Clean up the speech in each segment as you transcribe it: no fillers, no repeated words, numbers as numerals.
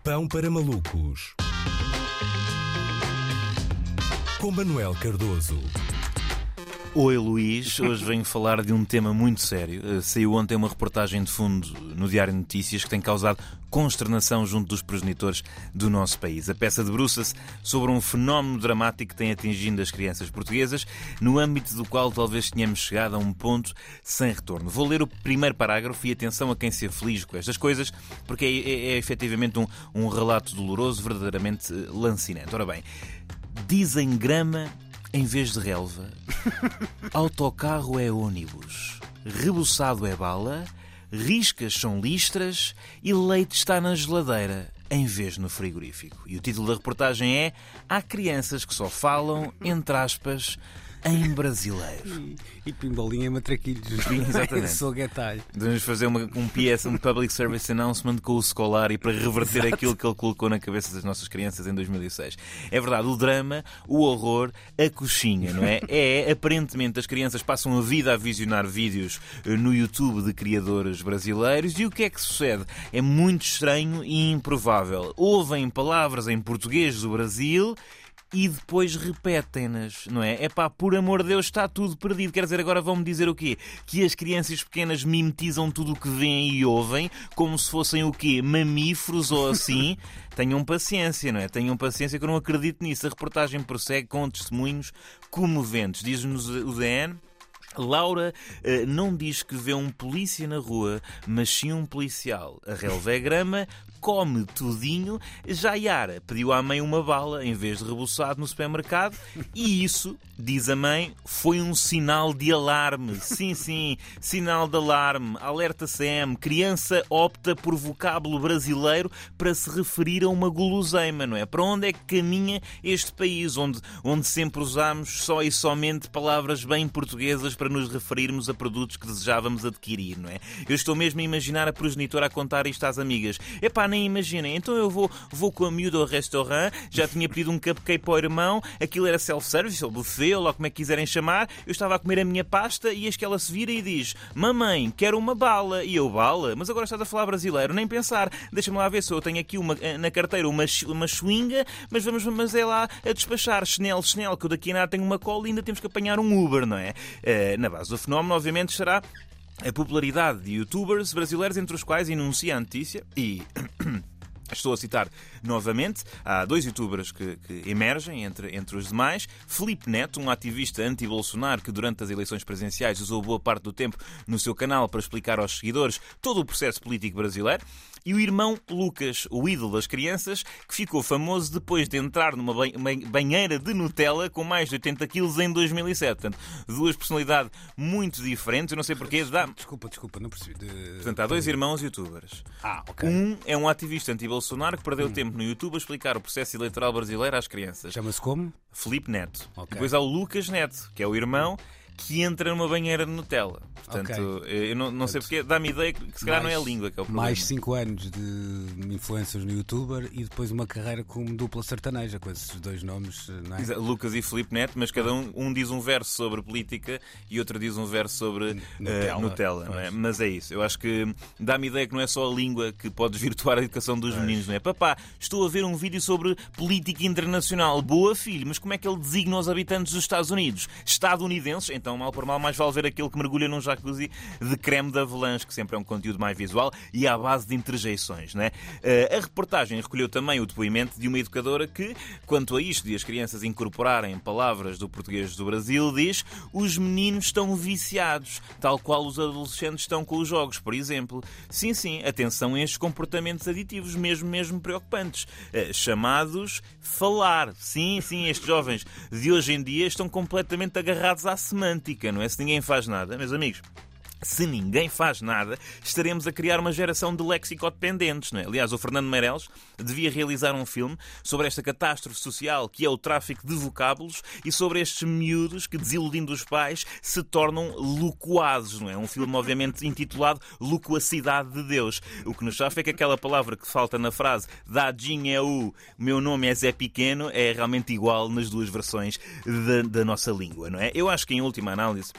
Pão para Malucos, com Manuel Cardoso. Oi Luís, hoje venho falar de um tema muito sério. Saiu ontem uma reportagem de fundo no Diário de Notícias que tem causado consternação junto dos progenitores do nosso país. A peça debruça-se sobre um fenómeno dramático que tem atingido as crianças portuguesas, no âmbito do qual talvez tenhamos chegado a um ponto sem retorno. Vou ler o primeiro parágrafo e atenção a quem se aflige com estas coisas, porque é efetivamente um relato doloroso, verdadeiramente lancinante. Ora bem, dizem grama em vez de relva, autocarro é ônibus, rebuçado é bala, riscas são listras e leite está na geladeira em vez no frigorífico. E o título da reportagem é Há crianças que só falam, entre aspas, em brasileiro. E pimbolinha matraquilhos. Exatamente. Sou gatalho. Devemos fazer um Public Service Announcement com o Scolari para reverter aquilo que ele colocou na cabeça das nossas crianças em 2006. É verdade, o drama, o horror, a coxinha, não é? Aparentemente, as crianças passam a vida a visionar vídeos no YouTube de criadores brasileiros e o que é que sucede? É muito estranho e improvável. Ouvem palavras em português do Brasil e depois repetem-nas, não é? Por amor de Deus, está tudo perdido. Quer dizer, agora vão-me dizer o quê? Que as crianças pequenas mimetizam tudo o que veem e ouvem, como se fossem o quê? Mamíferos ou assim? Tenham paciência, não é? Tenham paciência que eu não acredito nisso. A reportagem prossegue com testemunhos comoventes. Diz-nos o DN... Laura não diz que vê um polícia na rua, mas sim um policial. A relva é grama, come tudinho. Já Yara pediu à mãe uma bala em vez de rebuçado no supermercado e isso, diz a mãe, foi um sinal de alarme. Sim, sinal de alarme. Alerta CM. Criança opta por vocábulo brasileiro para se referir a uma guloseima, não é? Para onde é que caminha este país onde sempre usamos só e somente palavras bem portuguesas para nos referirmos a produtos que desejávamos adquirir, não é? Eu estou mesmo a imaginar a progenitora a contar isto às amigas. Nem imaginem. Então eu vou com a miúda ao restaurante, já tinha pedido um cupcake para o irmão, aquilo era self-service, ou buffet, ou lá como é que quiserem chamar. Eu estava a comer a minha pasta e eis que ela se vira e diz: mamãe, quero uma bala. E eu, bala? Mas agora estás a falar brasileiro, nem pensar. Deixa-me lá ver se eu tenho aqui na carteira uma chewinga, mas é lá a despachar. Chanel, que eu daqui a nada tenho uma cola e ainda temos que apanhar um Uber, não é? Na base do fenómeno, obviamente, será a popularidade de youtubers brasileiros, entre os quais enuncia a notícia e... Estou a citar novamente, há dois youtubers que emergem entre os demais. Filipe Neto, um ativista anti-Bolsonaro que durante as eleições presidenciais usou boa parte do tempo no seu canal para explicar aos seguidores todo o processo político brasileiro. E o irmão Lucas, o ídolo das crianças, que ficou famoso depois de entrar numa banheira de Nutella com mais de 80 quilos em 2007. Portanto, duas personalidades muito diferentes. Eu não sei porquê. Desculpa, não percebi. Portanto, há dois irmãos youtubers. Ok. Um é um ativista anti-Bolsonaro que perdeu tempo no YouTube a explicar o processo eleitoral brasileiro às crianças. Chama-se como? Filipe Neto. Okay. Depois há o Lucas Neto, que é o irmão que entra numa banheira de Nutella. Portanto, eu não sei porque, dá-me ideia que se calhar não é a língua que é o problema. Mais 5 anos de influências no YouTuber e depois uma carreira como dupla sertaneja, com esses dois nomes, não é? Lucas e Filipe Neto, mas cada um diz um verso sobre política e outro diz um verso sobre Nutella, não é? Mas é isso. Eu acho que dá-me ideia que não é só a língua que pode desvirtuar a educação dos meninos, não é? Papá, estou a ver um vídeo sobre política internacional. Boa, filho, mas como é que ele designa os habitantes dos Estados Unidos? Estadunidenses? Então, mal por mal, mais vale ver aquele que mergulha num jacuzzi de creme de avalanche, que sempre é um conteúdo mais visual e à base de interjeições, não é? A reportagem recolheu também o depoimento de uma educadora que, quanto a isto de as crianças incorporarem palavras do português do Brasil, diz: os meninos estão viciados, tal qual os adolescentes estão com os jogos, por exemplo. Sim, atenção a estes comportamentos aditivos, mesmo preocupantes, chamados falar. Sim, estes jovens de hoje em dia estão completamente agarrados à semântica, não é? Se ninguém faz nada, meus amigos, se ninguém faz nada, estaremos a criar uma geração de lexicodependentes, não é? Aliás, o Fernando Meirelles devia realizar um filme sobre esta catástrofe social que é o tráfico de vocábulos e sobre estes miúdos que, desiludindo os pais, se tornam loquados, não é? Um filme, obviamente, intitulado Loquacidade de Deus. O que nos chafa é que aquela palavra que falta na frase Dadinho é o meu nome é Zé Pequeno é realmente igual nas duas versões da nossa língua, não é? Eu acho que, em última análise,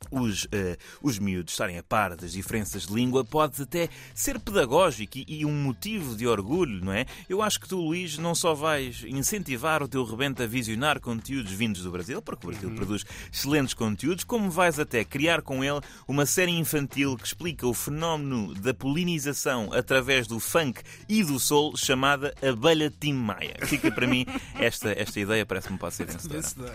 os miúdos estarem a par das diferenças de língua pode até ser pedagógico e um motivo de orgulho, não é? Eu acho que tu, Luís, não só vais incentivar o teu rebento a visionar conteúdos vindos do Brasil, porque o Brasil produz excelentes conteúdos, como vais até criar com ele uma série infantil que explica o fenómeno da polinização através do funk e do soul, chamada Abelha Tim Maia. Fica para mim, esta ideia parece-me pode ser vencedora.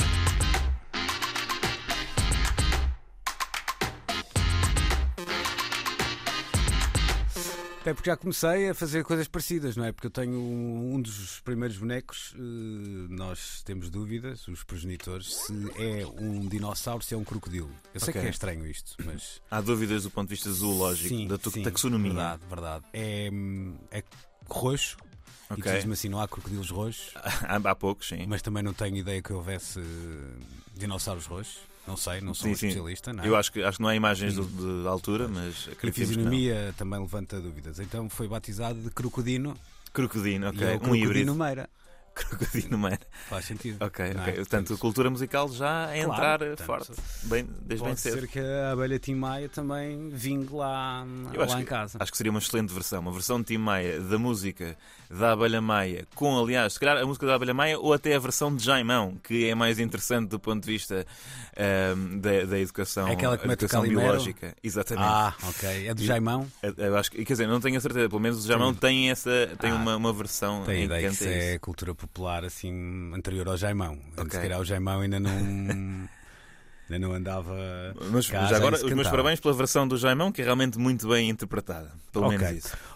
Até porque já comecei a fazer coisas parecidas, não é? Porque eu tenho um dos primeiros bonecos, nós temos dúvidas, os progenitores, se é um dinossauro, se é um crocodilo. Eu sei que é estranho isto, mas... Há dúvidas do ponto de vista zoológico, sim, da taxonomia. Verdade. É roxo. E diz-me assim, não há crocodilos roxos. Há poucos, sim. Mas também não tenho ideia que houvesse dinossauros roxos. Não sei, não sou um especialista. Não é? Eu acho que não há imagens de altura, mas a fisionomia também levanta dúvidas. Então foi batizado de Crocodino. Crocodino, ok. E é o híbrido. Meira. Crocodino Meira. Faz sentido. Ok. Portanto, a cultura musical já a entrar forte, desde bem cedo. Pode ser que a abelha Tim Maia também vingue lá em casa. Acho que seria uma excelente versão. Uma versão de Tim Maia da música da Abelha Maia, com, aliás, se calhar a música da Abelha Maia ou até a versão de Jaimão, que é mais interessante do ponto de vista da educação, é aquela que mete educação biológica. Exatamente. Ok. É do Jaimão? Eu acho que, quer dizer, não tenho a certeza, pelo menos o Jaimão tem uma versão tem em ideia que que isso é cultura popular assim anterior ao Jaimão. Antes de calhar o Jaimão ainda não andava. Mas já agora os meus parabéns pela versão do Jaimão, que é realmente muito bem interpretada. Pelo menos isso.